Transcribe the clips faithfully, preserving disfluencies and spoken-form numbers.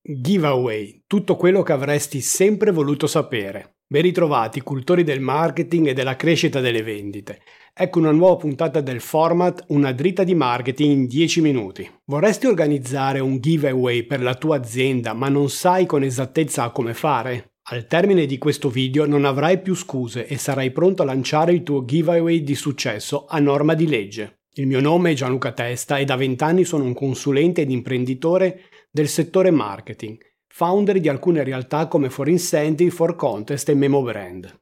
Giveaway, tutto quello che avresti sempre voluto sapere. Ben ritrovati, cultori del marketing e della crescita delle vendite. Ecco una nuova puntata del format Una dritta di marketing in dieci minuti. Vorresti organizzare un giveaway per la tua azienda ma non sai con esattezza come fare? Al termine di questo video non avrai più scuse e sarai pronto a lanciare il tuo giveaway di successo a norma di legge. Il mio nome è Gianluca Testa e da vent'anni sono un consulente ed imprenditore del settore marketing, founder di alcune realtà come For Incentive, For Contest e Memo Brand.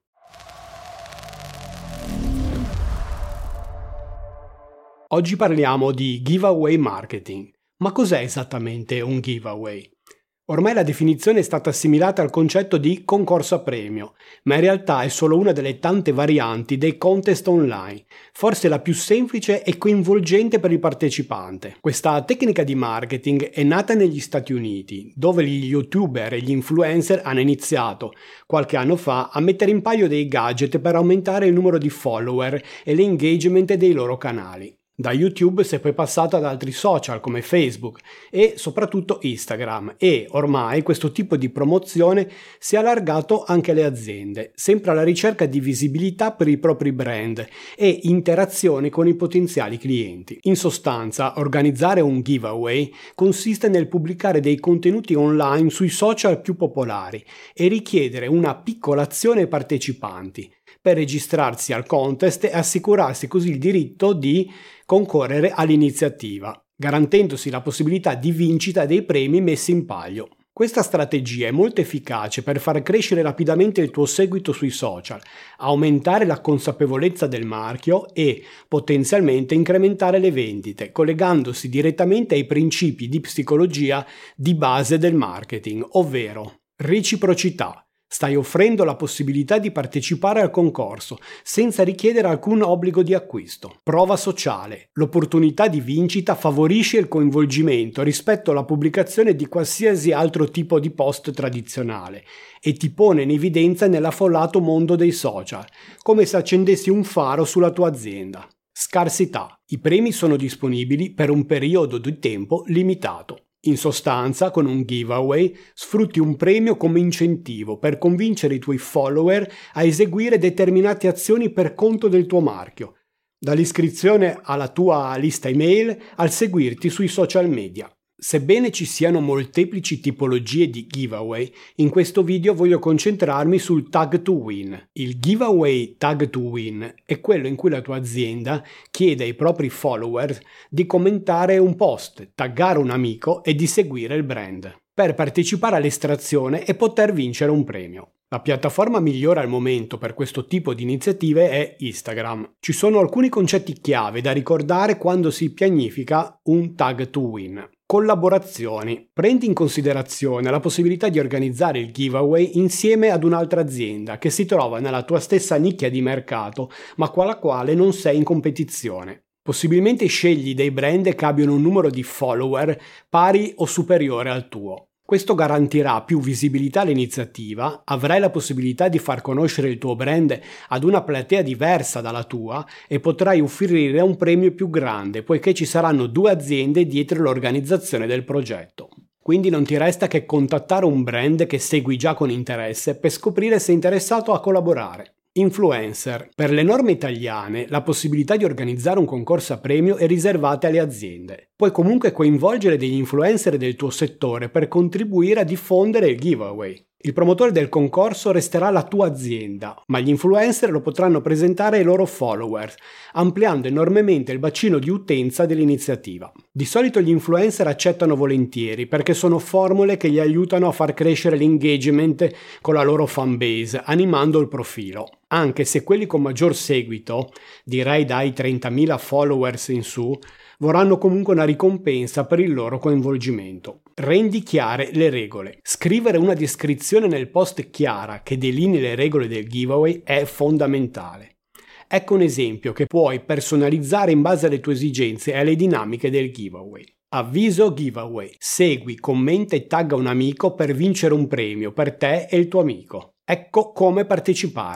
Oggi parliamo di giveaway marketing. Ma cos'è esattamente un giveaway? Ormai la definizione è stata assimilata al concetto di concorso a premio, ma in realtà è solo una delle tante varianti dei contest online, forse la più semplice e coinvolgente per il partecipante. Questa tecnica di marketing è nata negli Stati Uniti, dove gli youtuber e gli influencer hanno iniziato, qualche anno fa, a mettere in palio dei gadget per aumentare il numero di follower e l'engagement dei loro canali. Da YouTube si è poi passato ad altri social come Facebook e soprattutto Instagram e ormai questo tipo di promozione si è allargato anche alle aziende, sempre alla ricerca di visibilità per i propri brand e interazioni con i potenziali clienti. In sostanza, organizzare un giveaway consiste nel pubblicare dei contenuti online sui social più popolari e richiedere una piccola azione ai partecipanti per registrarsi al contest e assicurarsi così il diritto di concorrere all'iniziativa, garantendosi la possibilità di vincita dei premi messi in palio. Questa strategia è molto efficace per far crescere rapidamente il tuo seguito sui social, aumentare la consapevolezza del marchio e potenzialmente incrementare le vendite, collegandosi direttamente ai principi di psicologia di base del marketing, ovvero reciprocità. Stai offrendo la possibilità di partecipare al concorso senza richiedere alcun obbligo di acquisto. Prova sociale. L'opportunità di vincita favorisce il coinvolgimento rispetto alla pubblicazione di qualsiasi altro tipo di post tradizionale e ti pone in evidenza nell'affollato mondo dei social, come se accendessi un faro sulla tua azienda. Scarsità. I premi sono disponibili per un periodo di tempo limitato. In sostanza, con un giveaway, sfrutti un premio come incentivo per convincere i tuoi follower a eseguire determinate azioni per conto del tuo marchio, dall'iscrizione alla tua lista email al seguirti sui social media. Sebbene ci siano molteplici tipologie di giveaway, in questo video voglio concentrarmi sul Tag to Win. Il giveaway Tag to Win è quello in cui la tua azienda chiede ai propri follower di commentare un post, taggare un amico e di seguire il brand, per partecipare all'estrazione e poter vincere un premio. La piattaforma migliore al momento per questo tipo di iniziative è Instagram. Ci sono alcuni concetti chiave da ricordare quando si pianifica un Tag to Win. Collaborazioni. Prendi in considerazione la possibilità di organizzare il giveaway insieme ad un'altra azienda che si trova nella tua stessa nicchia di mercato, ma con la quale non sei in competizione. Possibilmente scegli dei brand che abbiano un numero di follower pari o superiore al tuo. Questo garantirà più visibilità all'iniziativa, avrai la possibilità di far conoscere il tuo brand ad una platea diversa dalla tua e potrai offrire un premio più grande poiché ci saranno due aziende dietro l'organizzazione del progetto. Quindi non ti resta che contattare un brand che segui già con interesse per scoprire se è interessato a collaborare. Influencer. Per le norme italiane, la possibilità di organizzare un concorso a premio è riservata alle aziende. Puoi comunque coinvolgere degli influencer del tuo settore per contribuire a diffondere il giveaway. Il promotore del concorso resterà la tua azienda, ma gli influencer lo potranno presentare ai loro followers, ampliando enormemente il bacino di utenza dell'iniziativa. Di solito gli influencer accettano volentieri perché sono formule che gli aiutano a far crescere l'engagement con la loro fanbase, animando il profilo. Anche se quelli con maggior seguito, direi dai trentamila followers in su, vorranno comunque una ricompensa per il loro coinvolgimento. Rendi chiare le regole. Scrivere una descrizione nel post chiara che delinei le regole del giveaway è fondamentale. Ecco un esempio che puoi personalizzare in base alle tue esigenze e alle dinamiche del giveaway. Avviso giveaway. Segui, commenta e tagga un amico per vincere un premio per te e il tuo amico. Ecco come partecipare.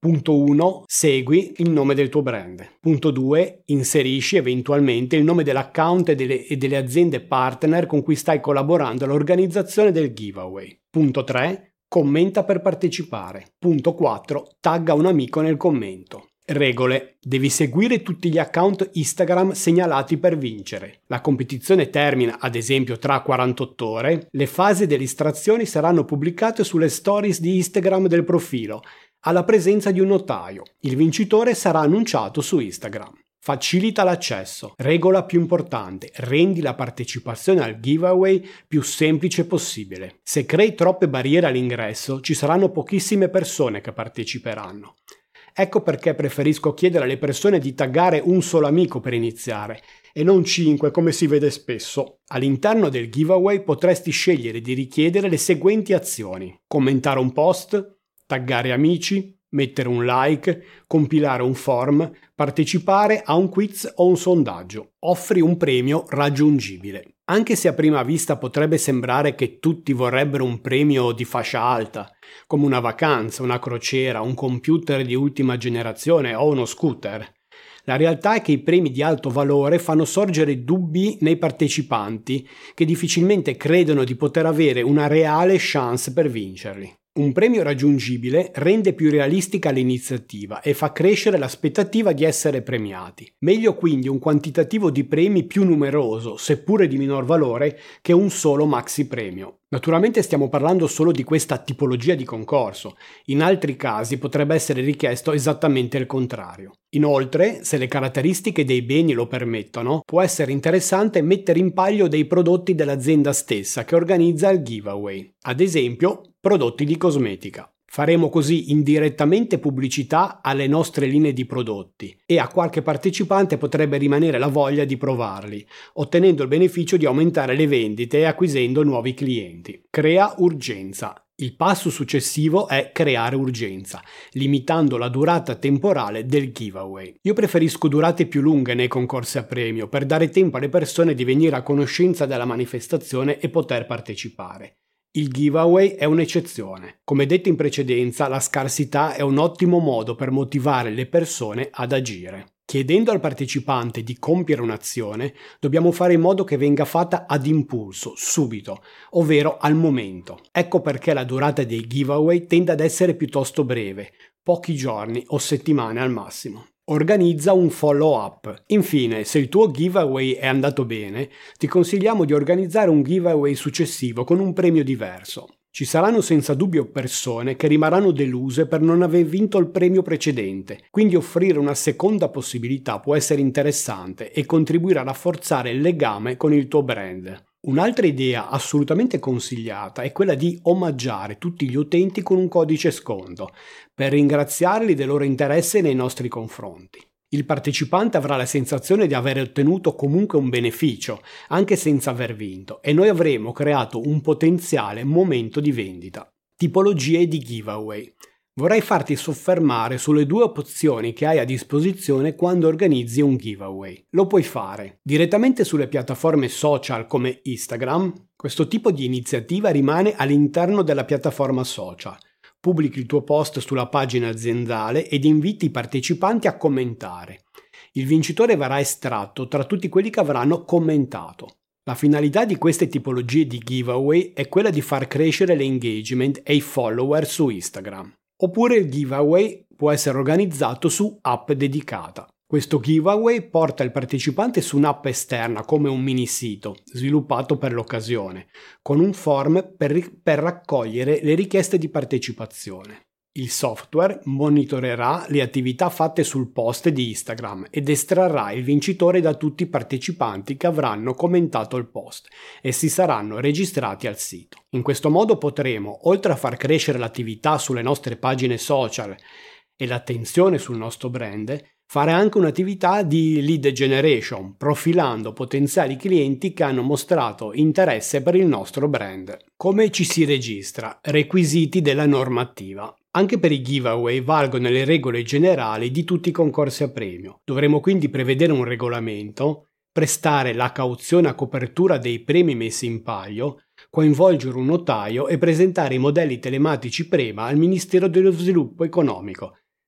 Punto uno. Segui il nome del tuo brand. Punto due. Inserisci eventualmente il nome dell'account e delle, e delle aziende partner con cui stai collaborando all'organizzazione del giveaway. Punto tre. Commenta per partecipare. Punto quattro. Tagga un amico nel commento. Regole. Devi seguire tutti gli account Instagram segnalati per vincere. La competizione termina ad esempio tra quarantotto ore. Le fasi delle estrazioni saranno pubblicate sulle stories di Instagram del profilo, alla presenza di un notaio. Il vincitore sarà annunciato su Instagram. Facilita l'accesso. Regola più importante: rendi la partecipazione al giveaway più semplice possibile. Se crei troppe barriere all'ingresso, ci saranno pochissime persone che parteciperanno. Ecco perché preferisco chiedere alle persone di taggare un solo amico per iniziare, e non cinque come si vede spesso. All'interno del giveaway potresti scegliere di richiedere le seguenti azioni: commentare un post, taggare amici, mettere un like, compilare un form, partecipare a un quiz o un sondaggio. Offri un premio raggiungibile. Anche se a prima vista potrebbe sembrare che tutti vorrebbero un premio di fascia alta, come una vacanza, una crociera, un computer di ultima generazione o uno scooter, la realtà è che i premi di alto valore fanno sorgere dubbi nei partecipanti che difficilmente credono di poter avere una reale chance per vincerli. Un premio raggiungibile rende più realistica l'iniziativa e fa crescere l'aspettativa di essere premiati. Meglio quindi un quantitativo di premi più numeroso, seppure di minor valore, che un solo maxi premio. Naturalmente stiamo parlando solo di questa tipologia di concorso. In altri casi potrebbe essere richiesto esattamente il contrario. Inoltre, se le caratteristiche dei beni lo permettono, può essere interessante mettere in palio dei prodotti dell'azienda stessa che organizza il giveaway. Ad esempio, prodotti di cosmetica. Faremo così indirettamente pubblicità alle nostre linee di prodotti e a qualche partecipante potrebbe rimanere la voglia di provarli, ottenendo il beneficio di aumentare le vendite e acquisendo nuovi clienti. Crea urgenza. Il passo successivo è creare urgenza, limitando la durata temporale del giveaway. Io preferisco durate più lunghe nei concorsi a premio per dare tempo alle persone di venire a conoscenza della manifestazione e poter partecipare. Il giveaway è un'eccezione. Come detto in precedenza, la scarsità è un ottimo modo per motivare le persone ad agire. Chiedendo al partecipante di compiere un'azione, dobbiamo fare in modo che venga fatta ad impulso, subito, ovvero al momento. Ecco perché la durata dei giveaway tende ad essere piuttosto breve, pochi giorni o settimane al massimo. Organizza un follow-up. Infine, se il tuo giveaway è andato bene, ti consigliamo di organizzare un giveaway successivo con un premio diverso. Ci saranno senza dubbio persone che rimarranno deluse per non aver vinto il premio precedente, quindi offrire una seconda possibilità può essere interessante e contribuire a rafforzare il legame con il tuo brand. Un'altra idea assolutamente consigliata è quella di omaggiare tutti gli utenti con un codice sconto, per ringraziarli del loro interesse nei nostri confronti. Il partecipante avrà la sensazione di aver ottenuto comunque un beneficio, anche senza aver vinto, e noi avremo creato un potenziale momento di vendita. Tipologie di giveaway. Vorrei farti soffermare sulle due opzioni che hai a disposizione quando organizzi un giveaway. Lo puoi fare direttamente sulle piattaforme social come Instagram. Questo tipo di iniziativa rimane all'interno della piattaforma social. Pubblichi il tuo post sulla pagina aziendale ed inviti i partecipanti a commentare. Il vincitore verrà estratto tra tutti quelli che avranno commentato. La finalità di queste tipologie di giveaway è quella di far crescere l'engagement e i follower su Instagram. Oppure il giveaway può essere organizzato su app dedicata. Questo giveaway porta il partecipante su un'app esterna come un mini sito, sviluppato per l'occasione, con un form per, per raccogliere le richieste di partecipazione. Il software monitorerà le attività fatte sul post di Instagram ed estrarrà il vincitore da tutti i partecipanti che avranno commentato il post e si saranno registrati al sito. In questo modo potremo, oltre a far crescere l'attività sulle nostre pagine social e l'attenzione sul nostro brand, fare anche un'attività di lead generation, profilando potenziali clienti che hanno mostrato interesse per il nostro brand. Come ci si registra? Requisiti della normativa. Anche per i giveaway valgono le regole generali di tutti i concorsi a premio. Dovremo quindi prevedere un regolamento, prestare la cauzione a copertura dei premi messi in palio, coinvolgere un notaio e presentare i modelli telematici prima al Ministero dello Sviluppo Economico.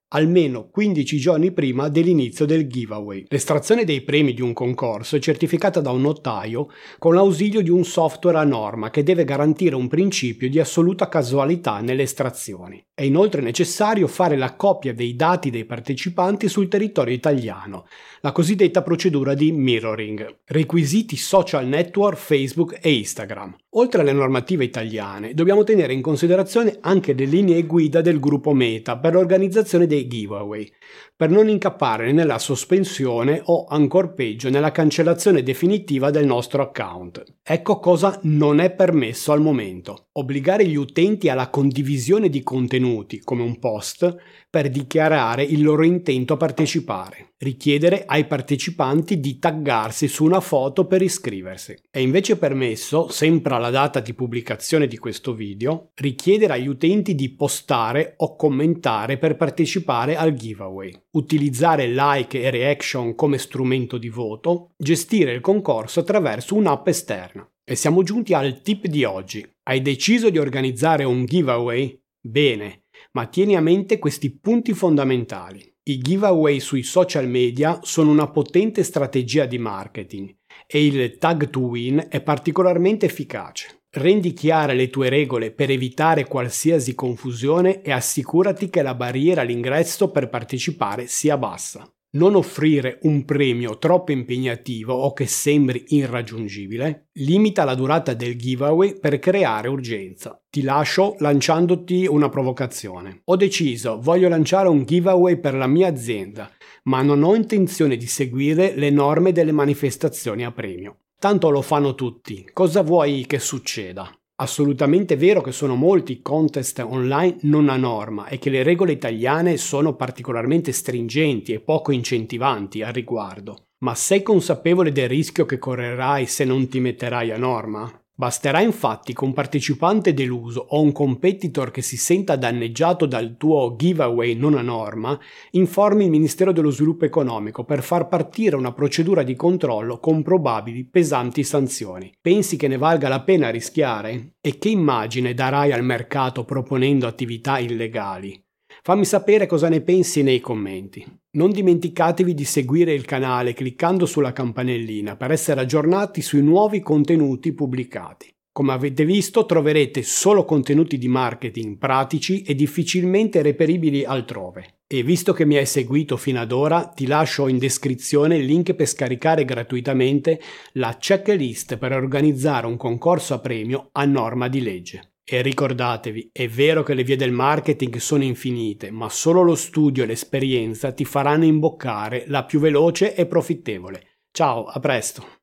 almeno quindici giorni prima dell'inizio del giveaway. L'estrazione dei premi di un concorso è certificata da un notaio con l'ausilio di un software a norma che deve garantire un principio di assoluta casualità nelle estrazioni. È inoltre necessario fare la copia dei dati dei partecipanti sul territorio italiano, la cosiddetta procedura di mirroring. Requisiti social network Facebook e Instagram. Oltre alle normative italiane, dobbiamo tenere in considerazione anche le linee guida del gruppo Meta per l'organizzazione dei giveaway, per non incappare nella sospensione o, ancor peggio, nella cancellazione definitiva del nostro account. Ecco cosa non è permesso al momento. Obbligare gli utenti alla condivisione di contenuti, come un post, per dichiarare il loro intento a partecipare. Richiedere ai partecipanti di taggarsi su una foto per iscriversi. È invece permesso, sempre alla data di pubblicazione di questo video, richiedere agli utenti di postare o commentare per partecipare al giveaway, utilizzare like e reaction come strumento di voto, gestire il concorso attraverso un'app esterna. E siamo giunti al tip di oggi. Hai deciso di organizzare un giveaway? Bene, ma tieni a mente questi punti fondamentali. I giveaway sui social media sono una potente strategia di marketing e il tag to win è particolarmente efficace. Rendi chiare le tue regole per evitare qualsiasi confusione e assicurati che la barriera all'ingresso per partecipare sia bassa. Non offrire un premio troppo impegnativo o che sembri irraggiungibile. Limita la durata del giveaway per creare urgenza. Ti lascio lanciandoti una provocazione. Ho deciso, voglio lanciare un giveaway per la mia azienda, ma non ho intenzione di seguire le norme delle manifestazioni a premio. Tanto lo fanno tutti, cosa vuoi che succeda? Assolutamente vero che sono molti i contest online non a norma e che le regole italiane sono particolarmente stringenti e poco incentivanti al riguardo. Ma sei consapevole del rischio che correrai se non ti metterai a norma? Basterà infatti che un partecipante deluso o un competitor che si senta danneggiato dal tuo giveaway non a norma informi il Ministero dello Sviluppo Economico per far partire una procedura di controllo con probabili pesanti sanzioni. Pensi che ne valga la pena rischiare? E che immagine darai al mercato proponendo attività illegali? Fammi sapere cosa ne pensi nei commenti. Non dimenticatevi di seguire il canale cliccando sulla campanellina per essere aggiornati sui nuovi contenuti pubblicati. Come avete visto, troverete solo contenuti di marketing pratici e difficilmente reperibili altrove. E visto che mi hai seguito fino ad ora, ti lascio in descrizione il link per scaricare gratuitamente la checklist per organizzare un concorso a premio a norma di legge. E ricordatevi, è vero che le vie del marketing sono infinite, ma solo lo studio e l'esperienza ti faranno imboccare la più veloce e profittevole. Ciao, a presto!